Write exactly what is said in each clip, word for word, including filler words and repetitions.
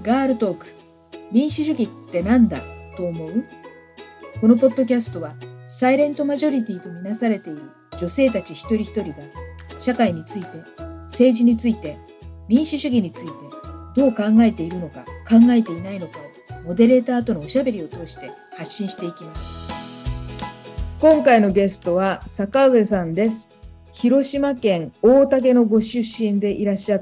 ガールトーク、民主主義ってなんだと思う？このポッドキャストはサイレントマジョリティとみなされている女性たち一人一人が社会について、政治について、民主主義についてどう考えているのか考えていないのかをモデレーターとのおしゃべりを通して発信していきます。 今回のゲストは坂上さんです。広島県大竹のご出身でいらっしゃって、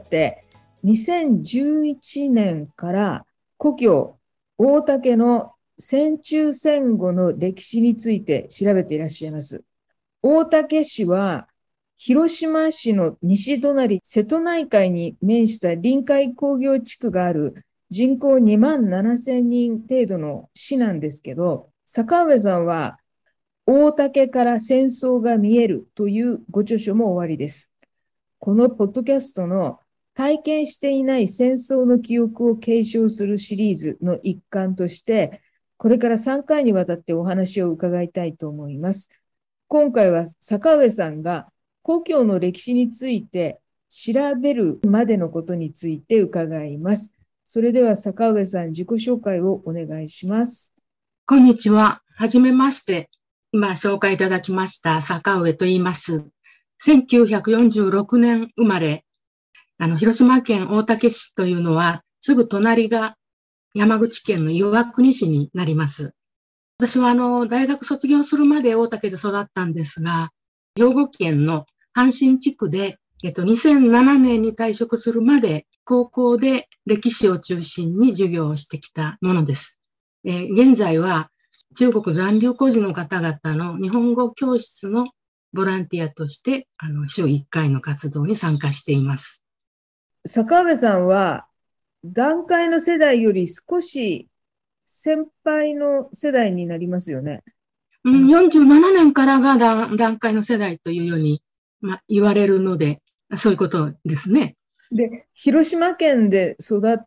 にせんじゅういちねんから故郷大竹の戦中戦後の歴史について調べていらっしゃいます。大竹市は広島市の西隣瀬戸内海に面した臨海工業地区がある人口にまんななせんにん程度の市なんですけど、坂上さんは大竹から戦争が見えるというご著書もおありです。このポッドキャストの体験していない戦争の記憶を継承するシリーズの一環として、これからさんかいにわたってお話を伺いたいと思います。今回は坂上さんが故郷の歴史について調べるまでのことについて伺います。それでは坂上さん、自己紹介をお願いします。 こんにちは。はじめまして。今紹介いただきました坂上と言います。せんきゅうひゃくよんじゅうろくねん生まれ、あの、広島県大竹市というのは、すぐ隣が山口県の岩国市になります。私はあの、大学卒業するまで大竹で育ったんですが、兵庫県の阪神地区で、えっと、にせんななねんに退職するまで、高校で歴史を中心に授業をしてきたものです。えー、現在は、中国残留孤児の方々の日本語教室のボランティアとして、あの、週いっかいの活動に参加しています。 坂上さんは、団塊の世代より少し先輩の世代になりますよね。 うん、よんじゅうななねんからが団塊の世代というように、まあ、言われるので、そういうことですね。 で、広島県で育って、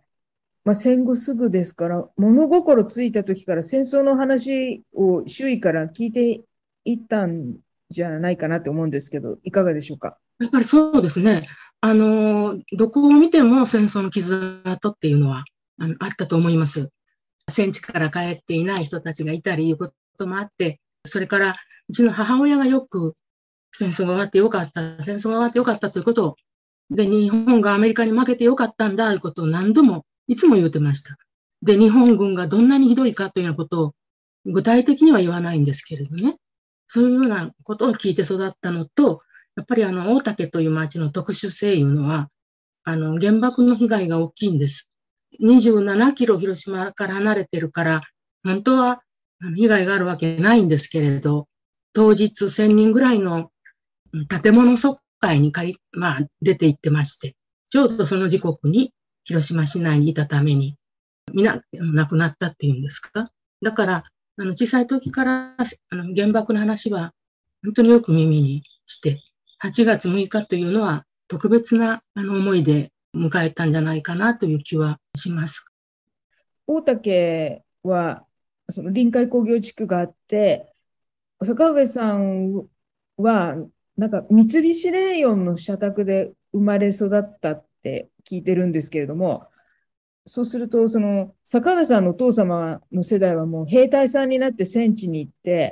まあ、戦後すぐですから、物心ついた時から戦争の話を周囲から聞いていったんじゃないかなと思うんですけど、いかがでしょうか。 やっぱりそうですね。あの、どこを見ても戦争の傷跡っていうのは あの、あったと思います。戦地から帰っていない人たちがいたりいうこともあって、それから、うちの母親がよく戦争が終わってよかった、戦争が終わってよかったということを、で、日本がアメリカに負けてよかったんだということを何度も、いつも言ってました。で、日本軍がどんなにひどいかというようなことを具体的には言わないんですけれどね。そういうようなことを聞いて育ったのと、やっぱりあの、大竹という町の特殊性いうのは、あの、原爆の被害が大きいんです。にじゅうななキロ広島から離れてるから、本当は被害があるわけないんですけれど、当日せんにんぐらいの建物疎開に借り、まあ、出て行ってまして、ちょうどその時刻に広島市内にいたために、皆亡くなったっていうんですか。だから、あの、小さい時から、あの、原爆の話は、本当によく耳にして、はちがつむいかというのは、特別な、あの、思いで迎えたんじゃないかなという気はします。 大竹は、その臨海工業地区があって、坂上さんは、なんか三菱レーヨンの社宅で生まれ育ったって聞いてるんですけれども、そうすると、その坂上さんのお父様の世代はもう兵隊さんになって戦地に行って、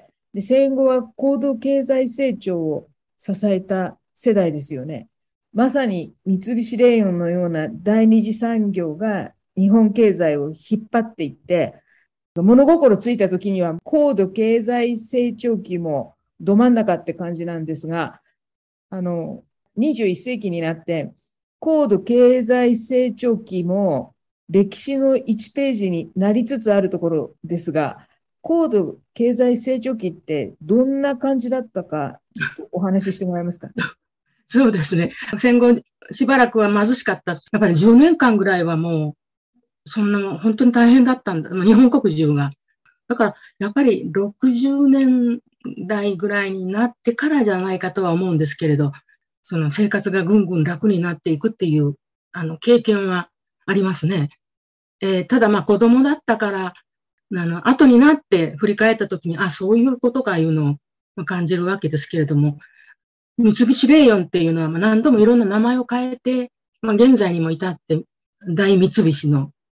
で戦後は高度経済成長を支えた世代ですよね。まさに三菱レーヨンのような第二次産業が日本経済を引っ張っていって、物心ついた時には高度経済成長期もど真ん中って感じなんですが、あの、にじゅういっせいきになって高度経済成長期も歴史のいちページになりつつあるところですが、高度経済成長期ってどんな感じだったか、お話ししてもらえますか。 そうですね。戦後しばらくは貧しかった。やっぱりじゅうねんかんぐらいはもう、そんな本当に大変だったんだ。日本国中が。だから、やっぱりろくじゅうねんだいぐらいになってからじゃないかとは思うんですけれど、その生活がぐんぐん楽になっていくっていう、あの、経験はありますね。えー、ただまあ子供だったから、あの、後になって振り返った時に、あ、そういうことかいうのを感じるわけですけれども、三菱レーヨンっていうのは何度もいろんな名前を変えて、まあ現在にも至って大三菱の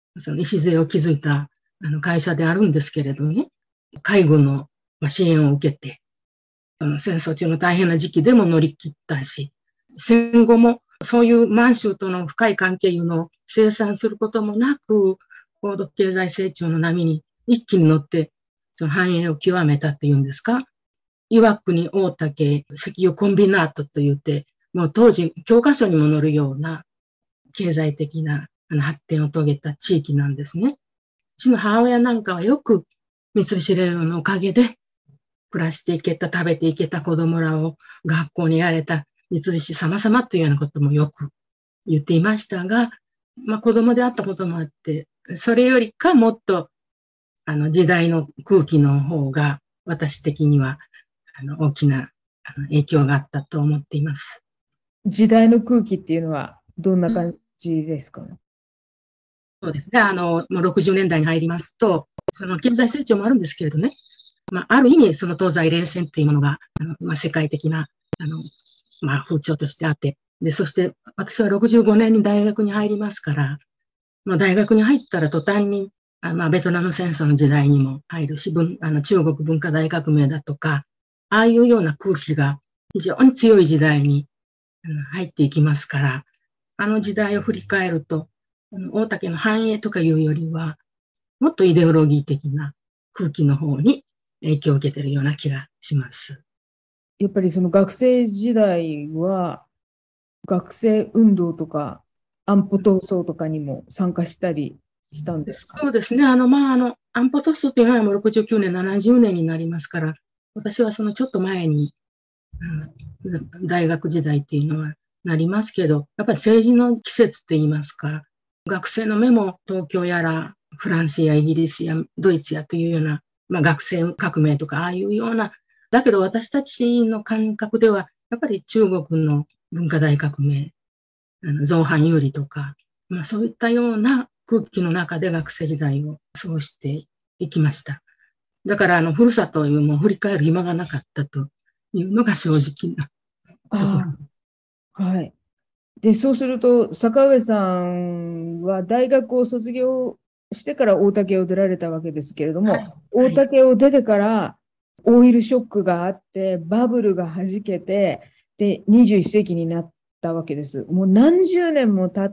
その礎を築いたあの会社であるんですけれどね、海軍の支援を受けて、その戦争中の大変な時期でも乗り切ったし、戦後もそういう満州との深い関係いうのを清算することもなく、高度経済成長の波に一気に乗って、その繁栄を極めたっていうんですか。岩国大竹石油コンビナートと言って、もう当時教科書にも載るような経済的な発展を遂げた地域なんですね。うちの母親なんかはよく三菱レオのおかげで暮らしていけた、食べていけた子供らを学校にやれた三菱様々というようなこともよく言っていましたが、まあ子供であったこともあって、それよりかもっとあの時代の空気の方が私的にはあの大きな影響があったと思っています。 時代の空気っていうのはどんな感じですかね。 そうですね。あの、もうろくじゅうねんだいに入りますと、その経済成長もあるんですけれどね、まあ、ある意味、その東西冷戦っていうものが、あのまあ、世界的な、あの、まあ、風潮としてあって、で、そして私はろくじゅうごねんに大学に入りますから、まあ、大学に入ったら途端に、あまあ、ベトナム戦争の時代にも入るし、あの中国文化大革命だとか、ああいうような空気が非常に強い時代に入っていきますから、あの時代を振り返ると、大竹の繁栄とかいうよりは、もっとイデオロギー的な空気の方に影響を受けているような気がします。 やっぱりその学生時代は、学生運動とか安保闘争とかにも参加したりしたんですか？ そうですね。あの、まあ、あの、安保闘争というのはもうろくじゅうきゅうねん、ななじゅうねんになりますから、私はそのちょっと前に、うん、大学時代っていうのはなりますけど、やっぱり政治の季節といいますか、学生の目も東京やらフランスやイギリスやドイツやというような、まあ、学生革命とかああいうような、だけど私たちの感覚ではやっぱり中国の文化大革命、あの造反有利とか、まあ、そういったような空気の中で学生時代を過ごしていきました。だからあのふるさとをもう振り返る暇がなかったというのが正直なところ。 はい。で、そうすると、坂上さんは大学を卒業してから大竹を出られたわけですけれども、はいはい、大竹を出てからオイルショックがあって、バブルがはじけて、で、にじゅういっせいきになったわけです。もう何十年も経って、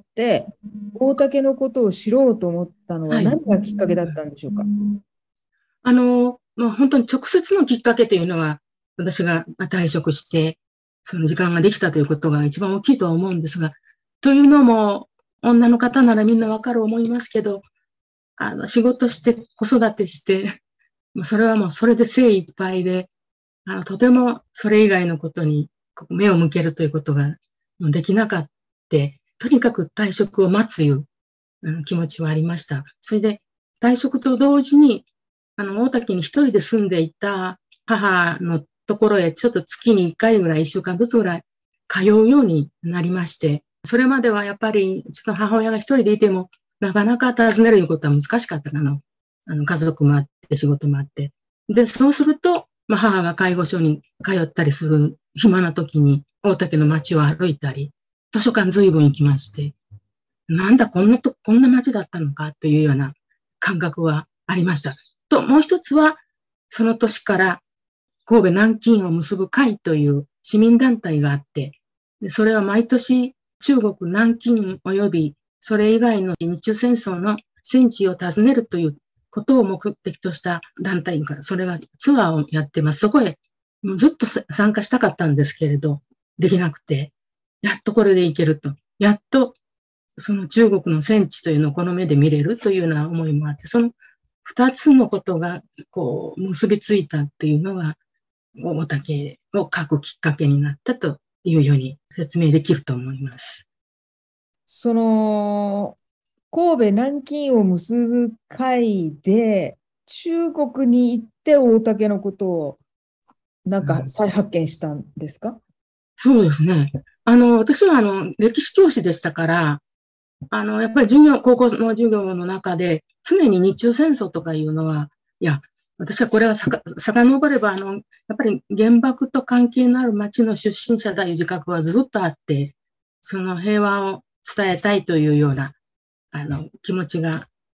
大竹のことを知ろうと思ったのは何がきっかけだったんでしょうか？はい、 あの、まあ、本当に直接のきっかけというのは、私が退職して、その時間ができたということが一番大きいとは思うんですが、というのも、女の方ならみんなわかる思いますけど、あの、仕事して子育てして、それはもうそれで精一杯で、あの、とてもそれ以外のことに目を向けるということができなかった。とにかく退職を待ついう、うん、気持ちはありました。それで退職と同時に、あの、大竹に一人で住んでいた母のところへちょっと月にいっかいぐらい、いっしゅうかんずつぐらい通うようになりまして、それまではやっぱりちょっと母親が一人でいても、なかなか訪ねることは難しかったかな。あの、家族もあって、仕事もあって。で、そうすると、まあ、母が介護所に通ったりする暇な時に、大竹の街を歩いたり、図書館随分行きまして、なんだ、こんなと、こんな街だったのかというような感覚はありました。と、もう一つは、その年から神戸南京を結ぶ会という市民団体があって、でそれは毎年中国南京及びそれ以外の日中戦争の戦地を訪ねるということを目的とした団体が、それがツアーをやってます。そこへもうずっと参加したかったんですけれど、できなくて、やっとこれで行けると。やっとその中国の戦地というのをこの目で見れるというような思いもあって、その二つのことがこう結びついたっていうのが、大竹を書くきっかけになったというように説明できると思います。 その神戸南京を結ぶ会で中国に行って大竹のことをなんか再発見したんですか？うん、 そうですね。あの、私はあの、歴史教師でしたから、あの、やっぱり授業、高校の授業の中で常に日中戦争とかいうのは、いや、私はこれはさか、遡れば、あの、やっぱり原爆と関係のある町の出身者だという自覚はずっとあって、その平和を伝えたいというような、あの、気持ちが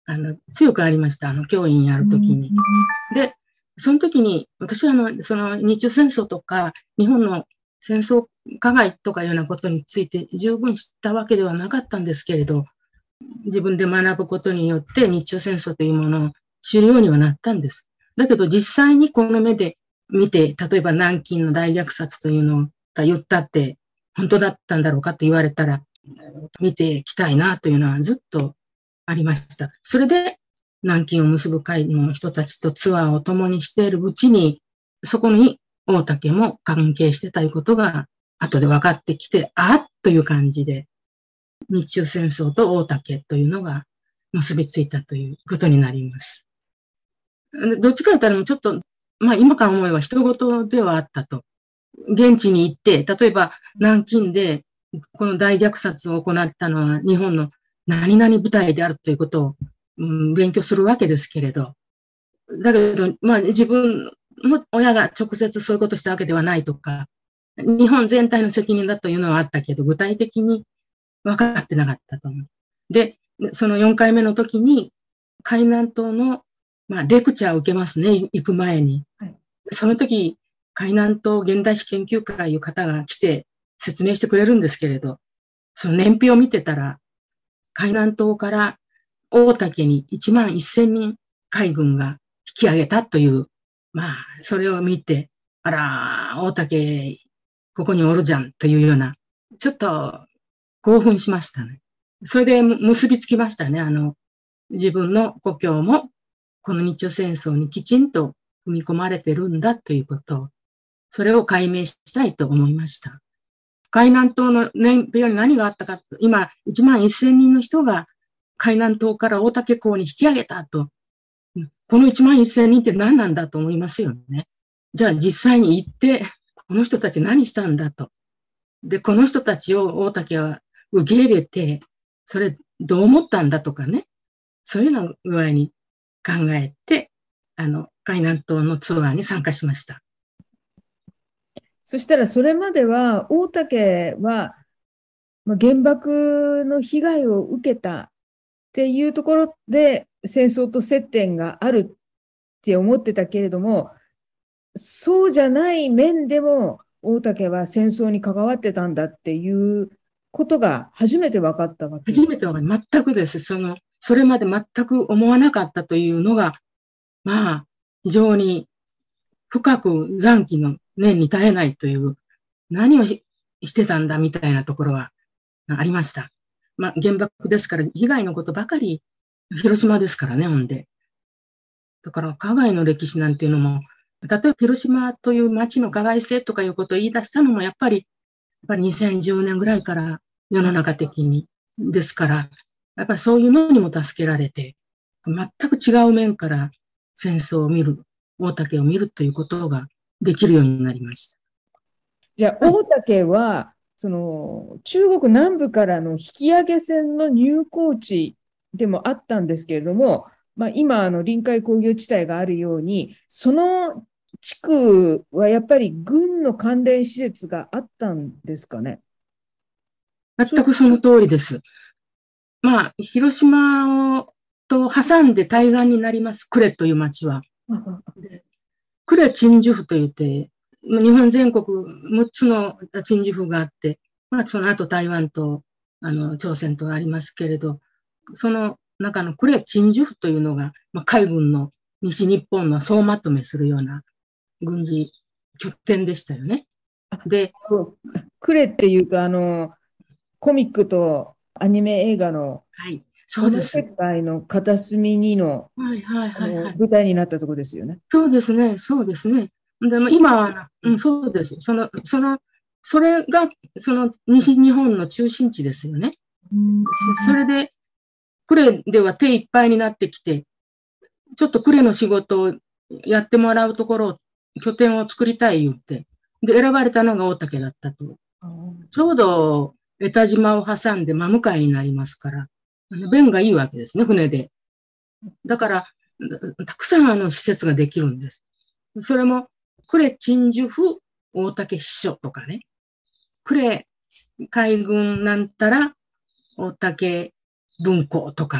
あの、強くありました。あの、教員やるときに。で、その時に、私はあの、その日中戦争とか、日本の戦争加害とかいうようなことについて十分知ったわけではなかったんですけれど、自分で学ぶことによって日中戦争というものを知るようにはなったんです。だけど実際にこの目で見て、例えば南京の大虐殺というのを言ったって本当だったんだろうかと言われたら、見ていきたいなというのはずっとありました。それで南京を結ぶ会の人たちとツアーを共にしているうちに、そこに大竹も関係してたいうことが後で分かってきて、あっという感じで、日中戦争と大竹というのが結びついたということになります。どっちかというと、ちょっと、まあ今から思えば人事ではあったと。現地に行って、例えば南京でこの大虐殺を行ったのは日本の何々部隊であるということを、うん、勉強するわけですけれど。だけど、まあ自分の親が直接そういうことをしたわけではないとか、日本全体の責任だというのはあったけど、具体的に分かってなかったと思う。で、そのよんかいめの時に、海南島の、まあ、レクチャーを受けますね、行く前に。はい、その時、海南島現代史研究会いう方が来て説明してくれるんですけれど、その年表を見てたら、海南島から大竹にいちまんせんにん海軍が引き上げたという、まあ、それを見て、あら、大竹、ここにおるじゃんというような、ちょっと興奮しましたね。それで結びつきましたね。あの、自分の故郷も、この日中戦争にきちんと踏み込まれてるんだということを、それを解明したいと思いました。海南島の年表に何があったか、今、いちまんせんにんの人が海南島から大竹港に引き上げたと。このいちまんせんにんって何なんだと思いますよね。じゃあ実際に行って、この人たち何したんだと。で、この人たちを大竹は受け入れて、それどう思ったんだとかね。そういうような具合に考えて、あの、海南島のツアーに参加しました。 そしたらそれまでは大竹は、まあ、原爆の被害を受けたっていうところで戦争と接点があるって思ってたけれども、そうじゃない面でも大竹は戦争に関わってたんだっていうことが初めて分かったわけです。 初めては全くです。その、それまで全く思わなかったというのが、まあ、非常に深く残機の念に耐えないという、何を し, してたんだみたいなところはありました。まあ、原爆ですから、被害のことばかり、広島ですからね、ほんで。だから、加害の歴史なんていうのも、例えば広島という町の加害性とかいうことを言い出したのも、やっぱり、やっぱりにせんじゅうねんぐらいから世の中的にですから、やっぱりそういうのにも助けられて、全く違う面から戦争を見る、大竹を見るということができるようになりました。 じゃあ、大竹は、その中国南部からの引き上げ船の入港地でもあったんですけれども、まあ、今あの臨海工業地帯があるように、その地区はやっぱり軍の関連施設があったんですかね。 全くその通りです。まあ、広島をと挟んで対岸になります、呉という町は。呉鎮守府といって、日本全国むっつの鎮守府があって、まあ、その後台湾とあの朝鮮とありますけれど、その中の呉鎮守府というのが、まあ、海軍の西日本の総まとめするような軍事拠点でしたよね。 で、呉っていうと、あの、コミックとアニメ映画の、 はい、そうです。 世界の片隅にの舞台になったところですよね。 そうですね、そうですね。でも今は、うん、そうです。その、その、それが、その西日本の中心地ですよね。うん、それで、呉では手いっぱいになってきて、ちょっと呉の仕事をやってもらうところを、拠点を作りたい言って、で、選ばれたのが大竹だったと。ちょうど江田島を挟んで真向かいになりますから、便がいいわけですね、船で。だから、たくさんあの施設ができるんです。それも、呉鎮守府大竹支所とかね、呉海軍なんたら大竹分校とか、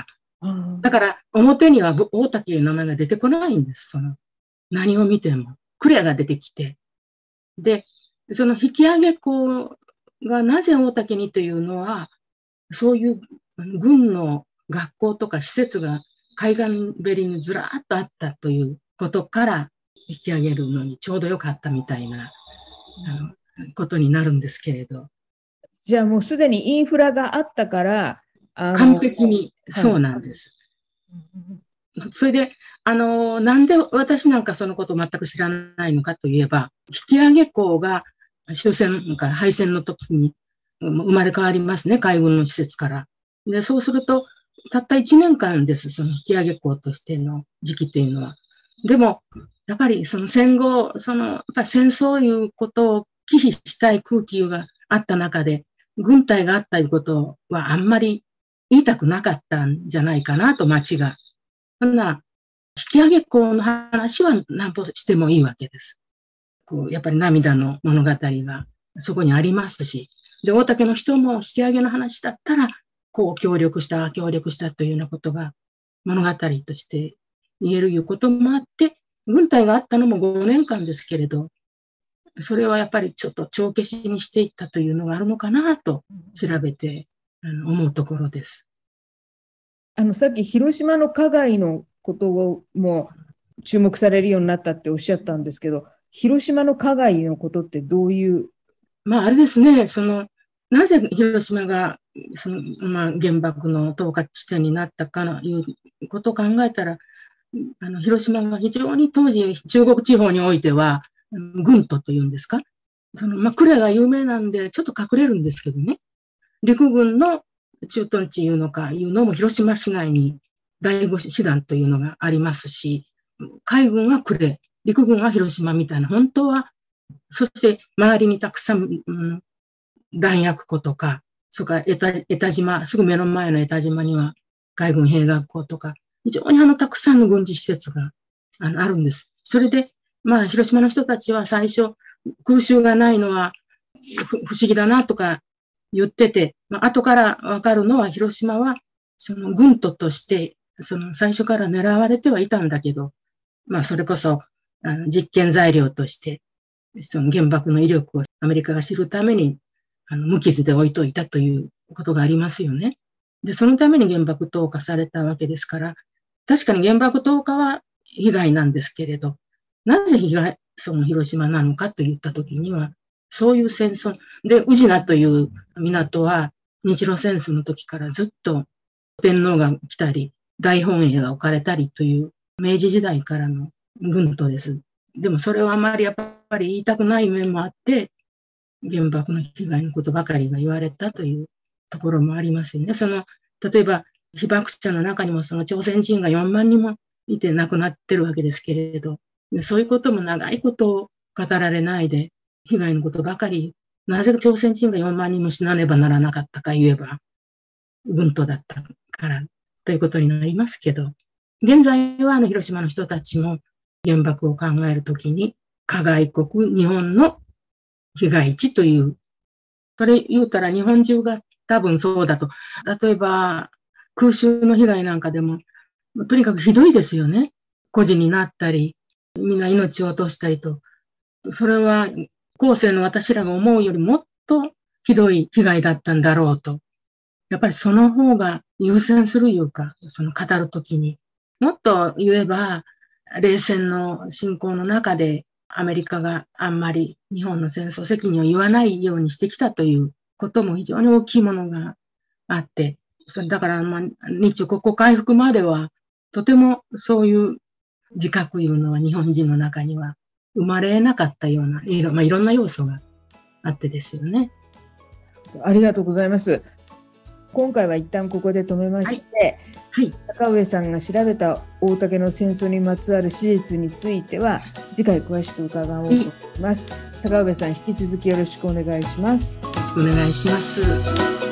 だから表には大滝という名前が出てこないんです。その何を見ても。呉が出てきて。で、その引き上げ校がなぜ大滝にというのは、そういう軍の学校とか施設が海岸べりにずらーっとあったということから引き上げるのにちょうどよかったみたいなあのことになるんですけれど。 じゃあもうすでにインフラがあったから、あの完璧にそうなんです。はい、それで、あの、なんで私なんかそのことを全く知らないのかといえば、引き上げ校が終戦から敗戦の時に生まれ変わりますね、海軍の施設から。で、そうすると、たったいちねんかんです、その引き上げ校としての時期っていうのは。でも、やっぱりその戦後、その、やっぱり戦争いうことを忌避したい空気があった中で、軍隊があったいうことはあんまり言いたくなかったんじゃないかなと、町が。そんな、引き上げ校の話は何歩してもいいわけです。こう、やっぱり涙の物語がそこにありますし、で、大竹の人も引き上げの話だったら、こう協力した、協力したというようなことが物語として言えるいうこともあって、軍隊があったのもごねんかんですけれど、それはやっぱりちょっと帳消しにしていったというのがあるのかなと調べて思うところです。 あのさっき広島の加害のことをも注目されるようになったっておっしゃったんですけど、広島の加害のことってどういう？ まああれですね、そのなぜ広島がその、まあ、原爆の投下地点になったかということを考えたら、あの広島が非常に当時中国地方においては軍都というんですか、そのまあ呉が有名なんでちょっと隠れるんですけどね、陸軍の駐屯地いうのかいうのも広島市内に第五師団というのがありますし、海軍は呉、陸軍は広島みたいな、本当は、そして周りにたくさん、うん、弾薬庫とか、それから江田島、すぐ目の前の江田島には海軍兵学校とか、非常にあのたくさんの軍事施設が あのあるんです。それで、まあ広島の人たちは最初空襲がないのは不思議だなとか言ってて、まあ、後からわかるのは広島はその軍都としてその最初から狙われてはいたんだけど、まあそれこそあの実験材料としてその原爆の威力をアメリカが知るためにあの無傷で置いといたということがありますよね。で、そのために原爆投下されたわけですから、確かに原爆投下は被害なんですけれど、なぜ被害、その広島なのかといったときには、そういう戦争で、宇品という港は日露戦争の時からずっと天皇が来たり、大本営が置かれたりという明治時代からの軍都です。でもそれはあまりやっぱり言いたくない面もあって、原爆の被害のことばかりが言われたというところもありますよね。その、例えば被爆者の中にもその朝鮮人がよんまんにんもいて亡くなってるわけですけれど、そういうことも長いことを語られないで、被害のことばかり、なぜ朝鮮人がよんまんにんも死なねばならなかったか言えば、軍都だったからということになりますけど、現在はあの広島の人たちも原爆を考えるときに、加害国日本の被害地という、それ言うたら日本中が多分そうだと。例えば空襲の被害なんかでも、とにかくひどいですよね。孤児になったり、みんな命を落としたりと。それは後世の私らが思うよりもっとひどい被害だったんだろうと。やっぱりその方が優先するいうか、その語るときに。もっと言えば、冷戦の侵攻の中でアメリカがあんまり日本の戦争責任を言わないようにしてきたということも非常に大きいものがあって、だから、まあ、日中国交回復までは、とてもそういう自覚いうのは日本人の中には生まれなかったような、いろ、まあ、いろんな要素があってですよね。 ありがとうございます。今回は一旦ここで止めまして、はいはい、坂上さんが調べた大竹の戦争にまつわる史実については次回詳しく伺おうと思います。はい、坂上さん、引き続きよろしくお願いします。 よろしくお願いします。